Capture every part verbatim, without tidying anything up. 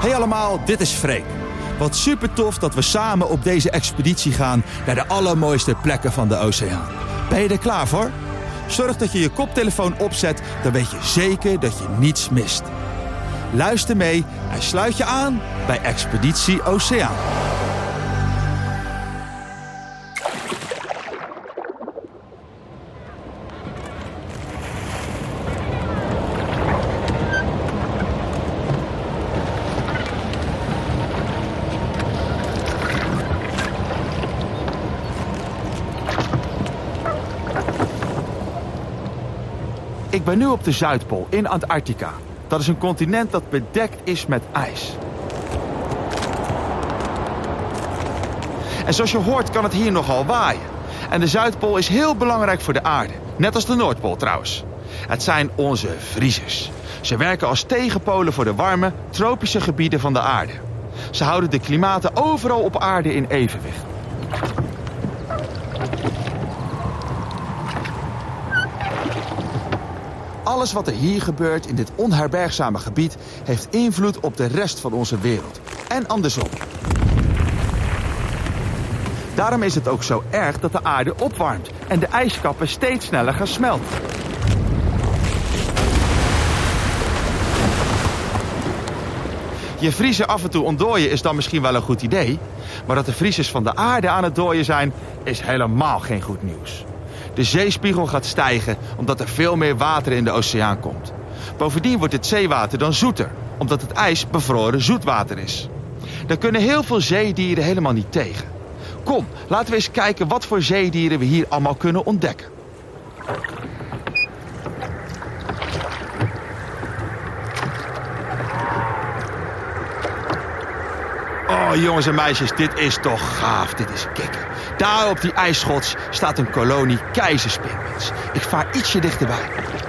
Hey allemaal, dit is Freek. Wat super tof dat we samen op deze expeditie gaan naar de allermooiste plekken van de oceaan. Ben je er klaar voor? Zorg dat je je koptelefoon opzet, dan weet je zeker dat je niets mist. Luister mee en sluit je aan bij Expeditie Oceaan. Ik ben nu op de Zuidpool in Antarctica. Dat is een continent dat bedekt is met ijs. En zoals je hoort kan het hier nogal waaien. En de Zuidpool is heel belangrijk voor de aarde. Net als de Noordpool trouwens. Het zijn onze vriezers. Ze werken als tegenpolen voor de warme, tropische gebieden van de aarde. Ze houden de klimaten overal op aarde in evenwicht. Alles wat er hier gebeurt in dit onherbergzame gebied heeft invloed op de rest van onze wereld. En andersom. Daarom is het ook zo erg dat de aarde opwarmt en de ijskappen steeds sneller gaan smelten. Je vriezer af en toe ontdooien is dan misschien wel een goed idee, maar dat de vriezers van de aarde aan het dooien zijn, is helemaal geen goed nieuws. De zeespiegel gaat stijgen omdat er veel meer water in de oceaan komt. Bovendien wordt het zeewater dan zoeter, omdat het ijs bevroren zoetwater is. Daar kunnen heel veel zeedieren helemaal niet tegen. Kom, laten we eens kijken wat voor zeedieren we hier allemaal kunnen ontdekken. Oh jongens en meisjes, dit is toch gaaf, dit is kicken. Daar op die ijsschots staat een kolonie keizerspinguïns. Ik vaar ietsje dichterbij.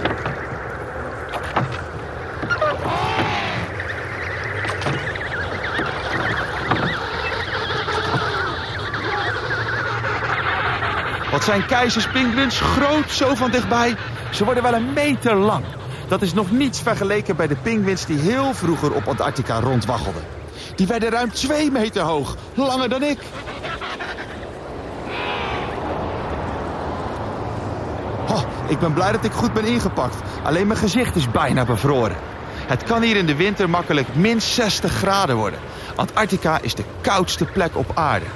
Wat zijn keizerspinguïns groot, zo van dichtbij. Ze worden wel een meter lang. Dat is nog niets vergeleken bij de pinguïns die heel vroeger op Antarctica rondwaggelden. Die werden ruim twee meter hoog, langer dan ik. Oh, ik ben blij dat ik goed ben ingepakt. Alleen mijn gezicht is bijna bevroren. Het kan hier in de winter makkelijk min zestig graden worden. Antarctica is de koudste plek op aarde.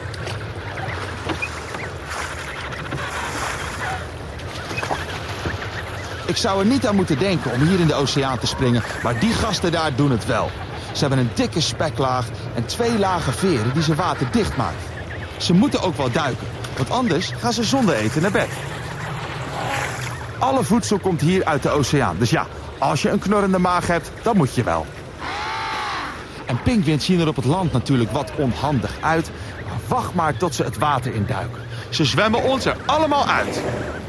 Ik zou er niet aan moeten denken om hier in de oceaan te springen, maar die gasten daar doen het wel. Ze hebben een dikke speklaag en twee lage veren die ze waterdicht maken. Ze moeten ook wel duiken, want anders gaan ze zonder eten naar bed. Alle voedsel komt hier uit de oceaan, dus ja, als je een knorrende maag hebt, dan moet je wel. En pinguïns zien er op het land natuurlijk wat onhandig uit, maar wacht maar tot ze het water induiken. Ze zwemmen ons er allemaal uit.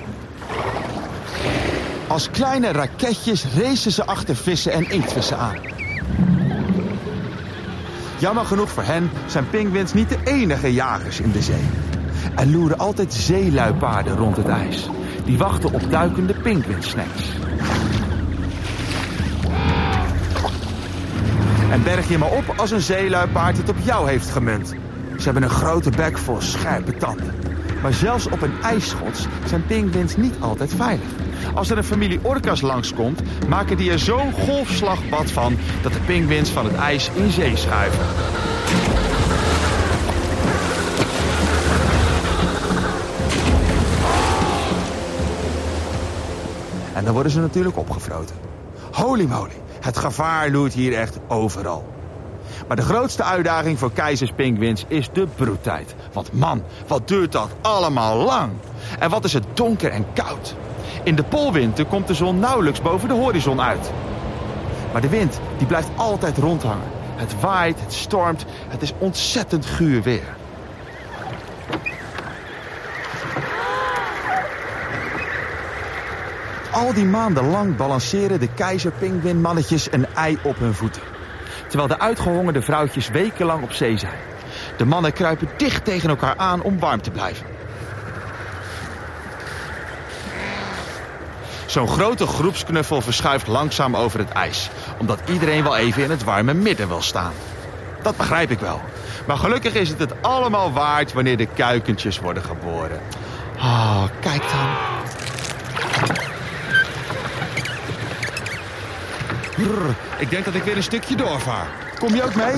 Als kleine raketjes racen ze achter vissen en inktvissen aan. Jammer genoeg voor hen zijn pinguïns niet de enige jagers in de zee. Er loeren altijd zeeluipaarden rond het ijs. Die wachten op duikende pinguïnsnacks. En berg je maar op als een zeeluipaard het op jou heeft gemunt. Ze hebben een grote bek vol scherpe tanden. Maar zelfs op een ijsschots zijn pinguïns niet altijd veilig. Als er een familie orka's langskomt, maken die er zo'n golfslagbad van dat de pinguïns van het ijs in zee schuiven. En dan worden ze natuurlijk opgevroten. Holy moly, het gevaar loert hier echt overal. Maar de grootste uitdaging voor keizerspinguïns is de broedtijd. Want man, wat duurt dat allemaal lang. En wat is het donker en koud. In de poolwinter komt de zon nauwelijks boven de horizon uit. Maar de wind die blijft altijd rondhangen. Het waait, het stormt, het is ontzettend guur weer. Al die maanden lang balanceren de keizerpinguïnmannetjes een ei op hun voeten. Terwijl de uitgehongerde vrouwtjes wekenlang op zee zijn. De mannen kruipen dicht tegen elkaar aan om warm te blijven. Zo'n grote groepsknuffel verschuift langzaam over het ijs, omdat iedereen wel even in het warme midden wil staan. dat begrijp ik wel. Maar gelukkig is het het allemaal waard wanneer de kuikentjes worden geboren. Ah, oh, kijk dan. Brrr, ik denk dat ik weer een stukje doorvaar. Kom je ook mee?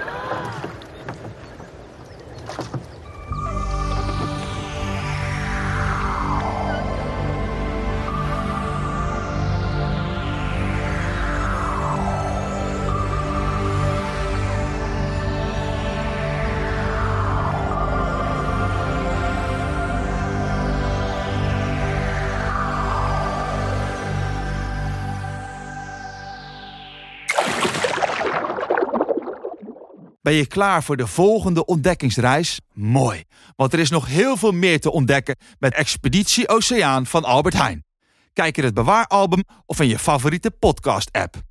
Ben je klaar voor de volgende ontdekkingsreis? Mooi, want er is nog heel veel meer te ontdekken met Expeditie Oceaan van Albert Heijn. Kijk in het Bewaaralbum of in je favoriete podcast-app.